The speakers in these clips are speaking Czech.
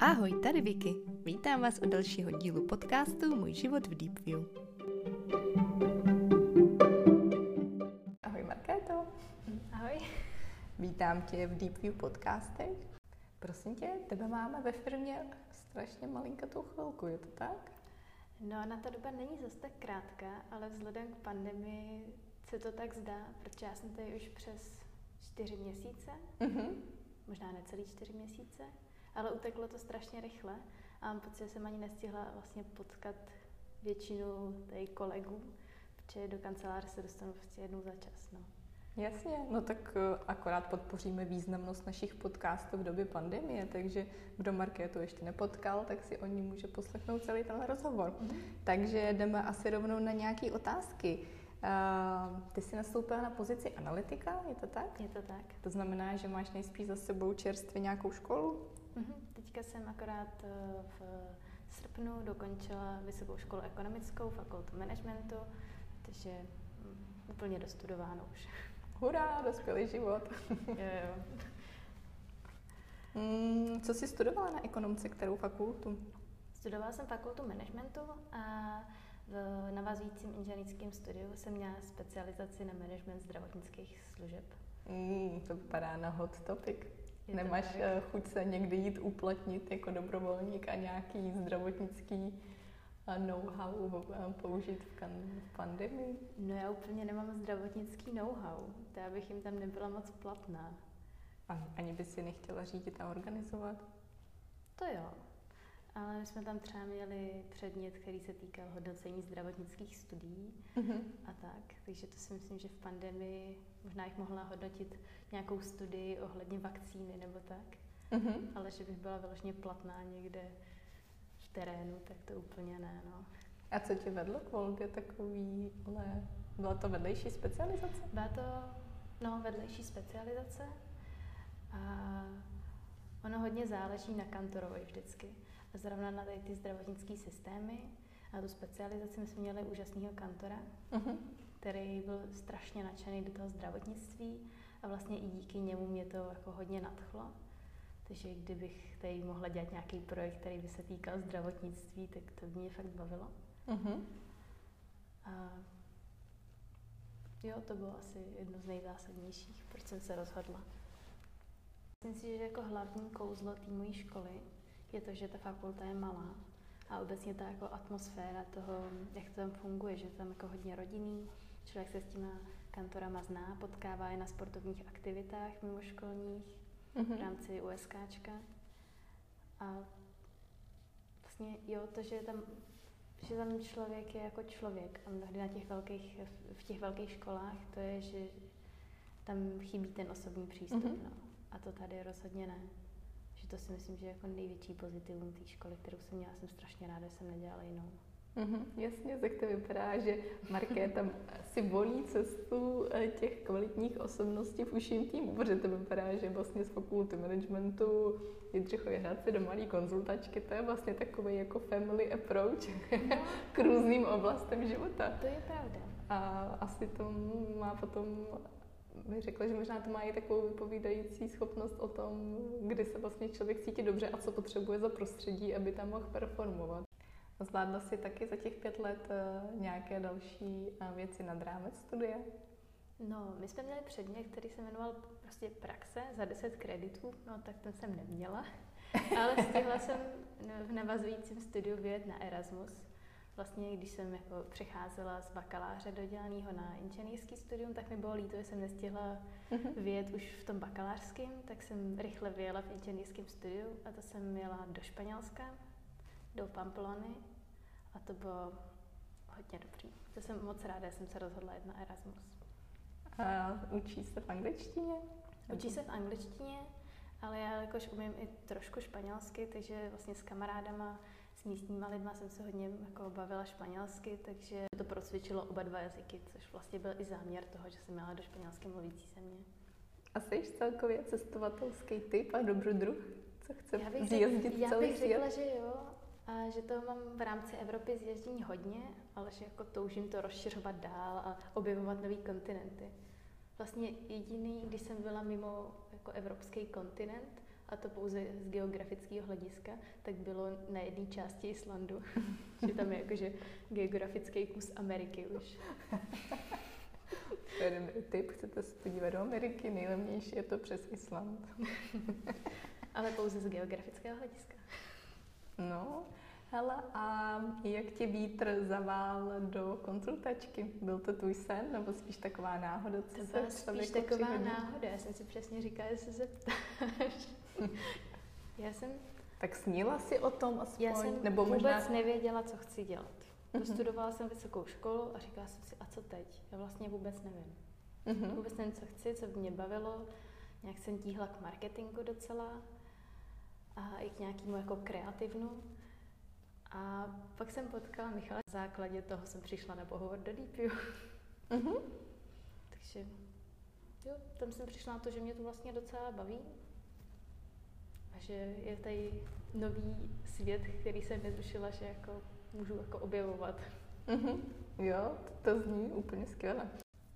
Ahoj, tady Vicky. Vítám vás u dalšího dílu podcastu Můj život v Deepview. Ahoj Markéto. Ahoj. Vítám tě v Deepview podcastech. Prosím tě, tebe máme ve firmě strašně malinkatou chvilku, je to tak? No, na ta doba není zase tak krátká, ale vzhledem k pandemii se to tak zdá, protože já jsem tady už přes 4 měsíce, možná necelý 4 měsíce, ale uteklo to strašně rychle a mám pocit, že jsem ani nestihla vlastně potkat většinu tady kolegů, protože do kanceláře se dostanu prostě jednou za čas. No. Jasně, no tak akorát podpoříme významnost našich podcastů v době pandemie, takže kdo Markétu ještě nepotkal, tak si o ní může poslechnout celý ten rozhovor. Takže jdeme asi rovnou na nějaké otázky. Ty jsi nastoupila na pozici analytika, je to tak? Je to tak. To znamená, že máš nejspíš za sebou čerstvě nějakou školu? Teďka jsem akorát v srpnu dokončila vysokou školu ekonomickou, fakultu managementu, takže úplně dostudováno už. Hurá, dospělý život. Jo. Co jsi studovala na ekonomce, kterou fakultu? Studovala jsem fakultu managementu a v navazujícím inženýrském studiu jsem měla specializaci na management zdravotnických služeb. To vypadá na hot topic. Je Nemáš chuť se někdy jít uplatnit jako dobrovolník a nějaký zdravotnický know-how použít v pandemii? No já úplně nemám zdravotnický know-how, to já bych jim tam nebyla moc platná. Ani bys si nechtěla řídit a organizovat? To jo, ale my jsme tam třeba měli předmět, který se týkal hodnocení zdravotnických studií a tak, takže to si myslím, že v pandemii možná jich mohla hodnotit nějakou studii ohledně vakcíny nebo tak, ale že bych byla vyloženě platná někde v terénu, tak to úplně ne, no. A co tě vedlo k volbě takový, ale byla to vedlejší specializace? Byla to, vedlejší specializace a ono hodně záleží na kantorovi vždycky. A zrovna na tady ty zdravotnické systémy a tu specializaci my jsme měli úžasného kantora, který byl strašně nadšený do toho zdravotnictví a vlastně i díky němu mě to jako hodně nadchlo. Takže kdybych tady mohla dělat nějaký projekt, který by se týkal zdravotnictví, tak to by mě fakt bavilo. A jo, to bylo asi jedno z nejzásadnějších, proč jsem se rozhodla. Myslím si, že jako hlavní kouzlo té mojí školy je to, že ta fakulta je malá a obecně ta jako atmosféra toho, jak to tam funguje, že tam jako hodně rodinný, člověk se s těma kantorama zná, potkává je na sportovních aktivitách mimoškolních v rámci USKčka a vlastně jo, to, že tam člověk je jako člověk a mnohdy v těch velkých školách to je, že tam chybí ten osobní přístup, no. A to tady rozhodně ne. Že to si myslím, že je jako největší pozitivum té školy, kterou jsem měla. Jsem strašně ráda, že jsem nedělala jinou. Jasně, tak to vypadá, že Markéta si volí cestu těch kvalitních osobností v užším týmu, protože to vypadá, že vlastně z fakulty managementu Jindřichově Hradci do malý konzultačky, to je vlastně takový jako family approach k různým oblastem života. To je pravda. A asi to má potom, bych řekla, že možná to má i takovou vypovídající schopnost o tom, kdy se vlastně člověk cítí dobře a co potřebuje za prostředí, aby tam mohl performovat. Zvládla jsi taky za těch 5 let nějaké další věci nad rámec studia? No, my jsme měli předmět, který se jmenoval prostě praxe za 10 kreditů, no tak ten jsem neměla, ale stihla jsem v navazujícím studiu vyjet na Erasmus. Vlastně, když jsem jako přecházela z bakaláře dodělaného na inženýrský studium, tak mi bylo líto, že jsem nestihla vyjet už v tom bakalářském, tak jsem rychle vyjela v inženýrském studiu a to jsem jela do Španělska, do Pamplony a to bylo hodně dobrý. To jsem moc ráda, že jsem se rozhodla jet na Erasmus. A učí se v angličtině? Učí se v angličtině, ale já jakož umím i trošku španělsky, takže vlastně s kamarádama, s místníma lidma jsem se hodně jako bavila španělsky, takže to procvičilo oba dva jazyky, což vlastně byl i záměr toho, že jsem měla do španělsky mluvící země. A jsi celkově cestovatelský typ a dobrodruh? Co chce zjezdit já celý bych svět? řekla, že jo. A že toho mám v rámci Evropy zježdění hodně, ale že jako toužím to rozšiřovat dál a objevovat nový kontinenty. Vlastně jediný, když jsem byla mimo jako evropský kontinent, a to pouze z geografického hlediska, tak bylo na jedné části Islandu. Že tam je jakože geografický kus Ameriky už. To je dobrý tip, chcete se podívat do Ameriky, nejlevnější je to přes Island. Ale pouze z geografického hlediska. No, hele, a jak tě vítr zavál do konzultačky? Byl to tvůj sen, nebo spíš taková náhoda? To byla spíš taková náhoda, já jsem si přesně říkala, že se zeptáš. Tak snila jsi o tom aspoň? Já jsem nebo vůbec možná... nevěděla, co chci dělat. Dostudovala jsem vysokou školu a říkala jsem si, a co teď? Já vlastně vůbec nevím. Vůbec nevím, co chci, co by mě bavilo. Nějak jsem tíhla k marketingu docela a i k nějakému jako kreativnu. A pak jsem potkala Michala. Na základě toho jsem přišla na pohovor do DeepU. Takže jo, tam jsem přišla na to, že mě to vlastně docela baví. A že je tady nový svět, který jsem netušila, že jako můžu jako objevovat. Jo, to zní úplně skvěle.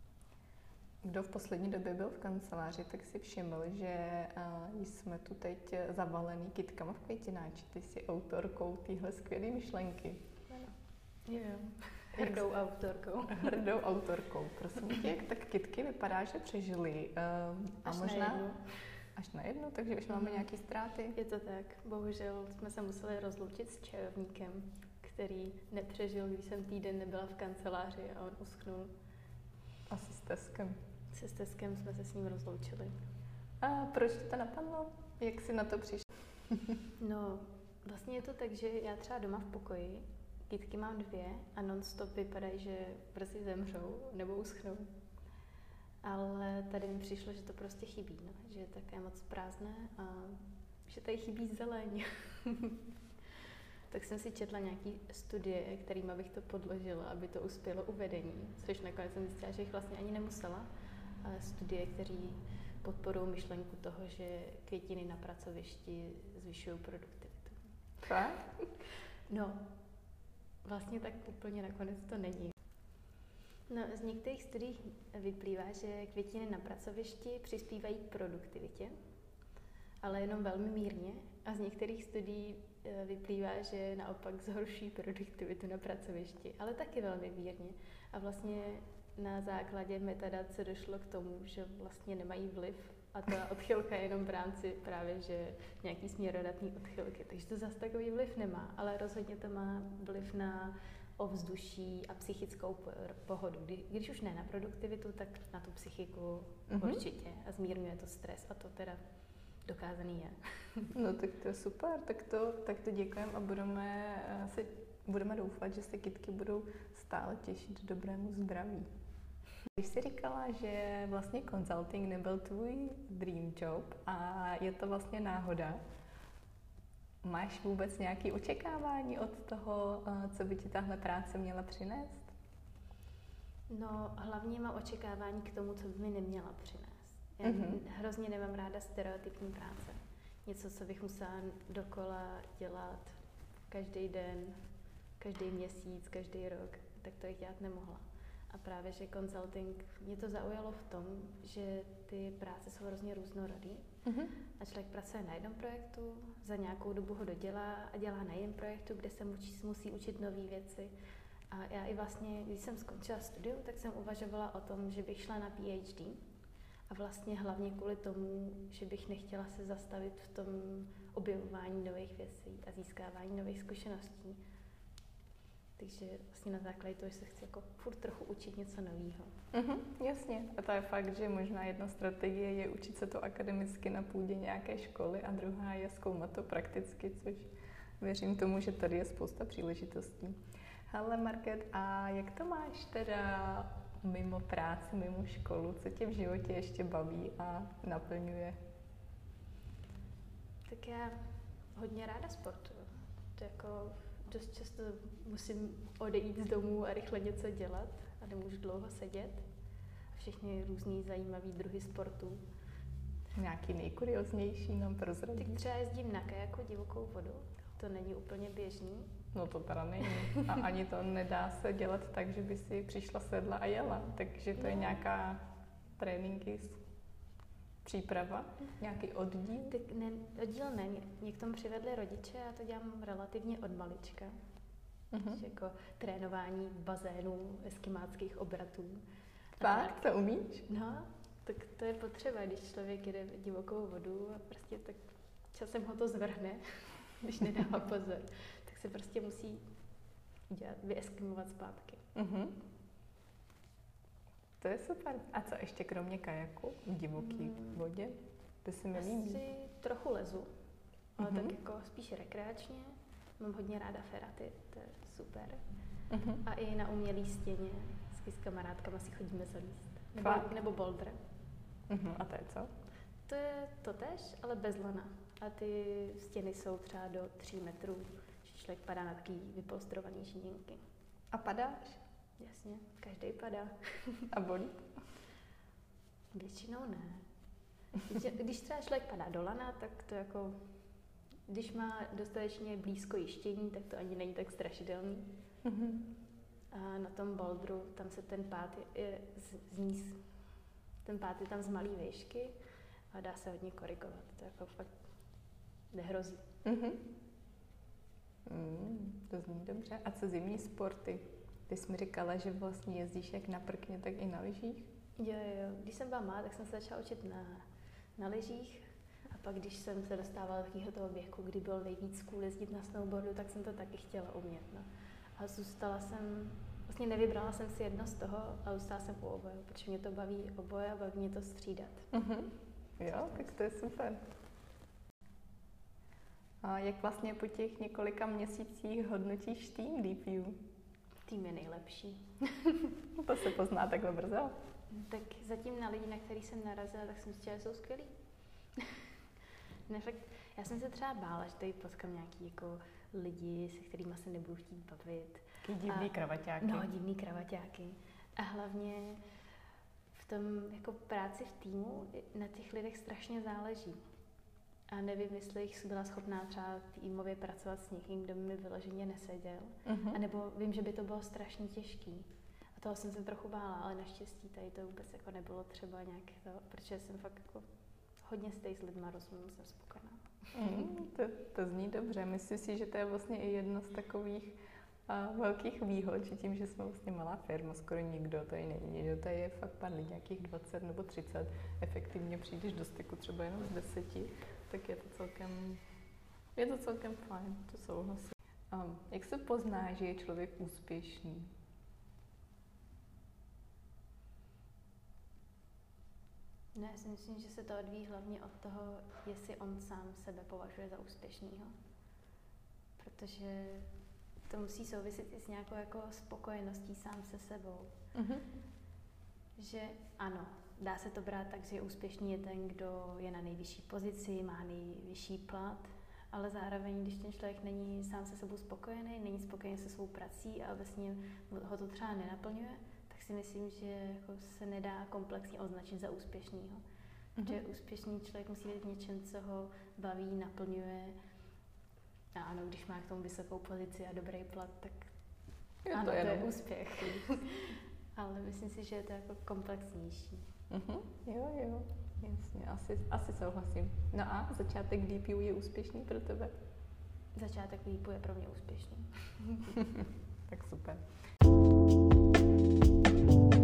Kdo v poslední době byl v kanceláři, tak si všiml, že jsme tu teď zavalený kytkama v květináči. Ty jsi autorkou téhle skvělé myšlenky. Ano. Jo. Hrdou autorkou. Hrdou autorkou. Prosím tě, jak tak kytky vypadá, že přežily. A až možná na jednu. Až na jednu, takže už máme nějaké ztráty. Je to tak. Bohužel jsme se museli rozloučit s čarovníkem, který nepřežil, když jsem týden nebyla v kanceláři a on uschnul. Asi s Teskem. Se Teskem jsme se s ním rozloučili. A proč to napadlo? Jak jsi na to přišla? No, vlastně je to tak, že já třeba doma v pokoji kytky mám 2 a non-stop vypadají, že brzy zemřou nebo uschnou. Ale tady mi přišlo, že to prostě chybí, no? Že je také moc prázdné a že tady chybí zeleň. Tak jsem si četla nějaký studie, kterým bych to podložila, aby to uspělo u vedení, což nakonec jsem zjistila, že jich vlastně ani nemusela. Ale studie, které podporují myšlenku toho, že květiny na pracovišti zvyšují produktivitu. Fakt? No, vlastně tak úplně nakonec to není. No, z některých studií vyplývá, že květiny na pracovišti přispívají k produktivitě, ale jenom velmi mírně. A z některých studií vyplývá, že naopak zhorší produktivitu na pracovišti, ale taky velmi mírně. A vlastně na základě metadat se došlo k tomu, že vlastně nemají vliv a ta odchylka je jenom v rámci právě, že nějaký směrodatný odchylky. Takže to zase takový vliv nemá, ale rozhodně to má vliv na ovzduší a psychickou pohodu. Když už ne na produktivitu, tak na tu psychiku určitě a zmírňuje to stres a to teda dokázaný je. No tak to je super, tak to děkujeme a budeme doufat, že se kytky budou stále těšit dobrému zdraví. Když jsi říkala, že vlastně consulting nebyl tvůj dream job a je to vlastně náhoda, máš vůbec nějaké očekávání od toho, co by ti tahle práce měla přinést? No, hlavně mám očekávání k tomu, co by mi neměla přinést. Já hrozně nemám ráda stereotypní práce. Něco, co bych musela dokola dělat každý den, každý měsíc, každý rok, tak to bych dělat nemohla. A právě, že consulting, mě to zaujalo v tom, že ty práce jsou hrozně různorodý. A člověk pracuje na jednom projektu, za nějakou dobu ho dodělá a dělá na jiném projektu, kde se musí učit nové věci. A já i vlastně, když jsem skončila studium, tak jsem uvažovala o tom, že bych šla na PhD. A vlastně hlavně kvůli tomu, že bych nechtěla se zastavit v tom objevování nových věcí a získávání nových zkušeností. Takže vlastně na základě toho, že se chci jako furt trochu učit něco nového. Jasně. A to je fakt, že možná jedna strategie je učit se to akademicky na půdě nějaké školy a druhá je zkoumat to prakticky, což věřím tomu, že tady je spousta příležitostí. Hele Market, a jak to máš teda mimo práci, mimo školu? Co tě v životě ještě baví a naplňuje? Tak já hodně ráda sportuju. To jako dost často musím odejít z domu a rychle něco dělat a nemůžu dlouho sedět. Všechny různý zajímavý druhy sportů. Nějaký nejkurioznější nám prozradíš? Tak třeba jezdím na kajaku divokou vodu. To není úplně běžný. No to teda není. A ani to nedá se dělat tak, že by si přišla, sedla a jela. Takže to je nějaká tréninky příprava? Nějaký oddíl? Tak ne, oddíl ne, mě k tomu přivedli rodiče, já to dělám relativně od malička. Jako trénování v bazénu, eskimáckých obratů. Fakt? To umíš? No, tak to je potřeba, když člověk jede divokou vodu a prostě tak časem ho to zvrhne, když nedává pozor, tak se prostě musí vyeskimovat zpátky. To je super. A co ještě kromě kajaku v divoké vodě? To se mi líbí. Asi trochu lezu, ale tak jako spíš rekreačně. Mám hodně ráda feraty, to je super. A i na umělý stěně s kamarádkama si chodíme zalíst. Nebo boulder. A to je co? To je totéž, ale bez lana. A ty stěny jsou třeba do 3 metrů, že člověk padá na takový vypolstrovaný žíněnky. A padáš? Jasně, každý padá. A bolí? Většinou ne. Když třeba člověk padá do lana, tak to jako, když má dostatečně blízko jištění, tak to ani není tak strašidelný. A na tom bouldru, tam se ten pád je ten pád je tam z malý výšky a dá se hodně korigovat. To jako fakt nehrozí. To zní dobře. A co zimní sporty? Ty jsi mi říkala, že vlastně jezdíš jak na prkně, tak i na lyžích? Jo. Když jsem byla malá, tak jsem se začala učit na lyžích. A pak, když jsem se dostávala do takového toho věku, kdy bylo nejvíc cool jezdit na snowboardu, tak jsem to taky chtěla umět. No. A vlastně nevybrala jsem si jedno z toho, ale zůstala jsem u oboje, protože mě to baví oboje a baví mě to střídat. Jo, tak to je super. A jak vlastně po těch několika měsících hodnotíš tým DPU? Tým je nejlepší. To se pozná takhle brzo. Tak zatím na lidi, na který jsem narazila, tak jsem zjistila, že jsou skvělí. Ne, fakt, já jsem se třeba bála, že tady potkám nějaký jako lidi, se kterými se nebudu chtít bavit. Divný kravaťáky. No, divný kravaťáky. A hlavně v tom jako práci v týmu na těch lidech strašně záleží. A nevím, jestli jich byla schopná třeba týmově pracovat s někým, kdo by mi vyloženě neseděl. A nebo vím, že by to bylo strašně těžký. A toho jsem se trochu bála, ale naštěstí tady to vůbec jako nebylo třeba nějak to, protože jsem fakt jako hodně stej s lidma rozumím, jsem spokojená. To zní dobře. Myslím si, že to je vlastně i jedno z takových velkých výhod, že tím, že jsme vlastně malá firma, skoro nikdo tady není. Že tady je fakt pár lidí, nějakých 20 nebo 30, efektivně přijdeš do styku třeba jenom z 10, tak je to celkem fajn, to souhlasím. Jak se pozná, že je člověk úspěšný? No, já si myslím, že se to odvíjí hlavně od toho, jestli on sám sebe považuje za úspěšnýho. Protože to musí souviset i s nějakou jako spokojeností sám se sebou. Že ano, dá se to brát tak, že úspěšný je ten, kdo je na nejvyšší pozici, má nejvyšší plat, ale zároveň, když ten člověk není sám se sebou spokojený, není spokojený se svou prací a vlastně ho to třeba nenaplňuje, tak si myslím, že jako se nedá komplexně označit za úspěšnýho. Protože úspěšný člověk musí být něčem, co ho baví, naplňuje. A ano, když má k tomu vysokou pozici a dobrý plat, tak ano, to je úspěch. Ale myslím si, že je to jako komplexnější. Jo, jasně, asi souhlasím. No a začátek DPU je úspěšný pro tebe? Začátek DPU je pro mě úspěšný. Tak super.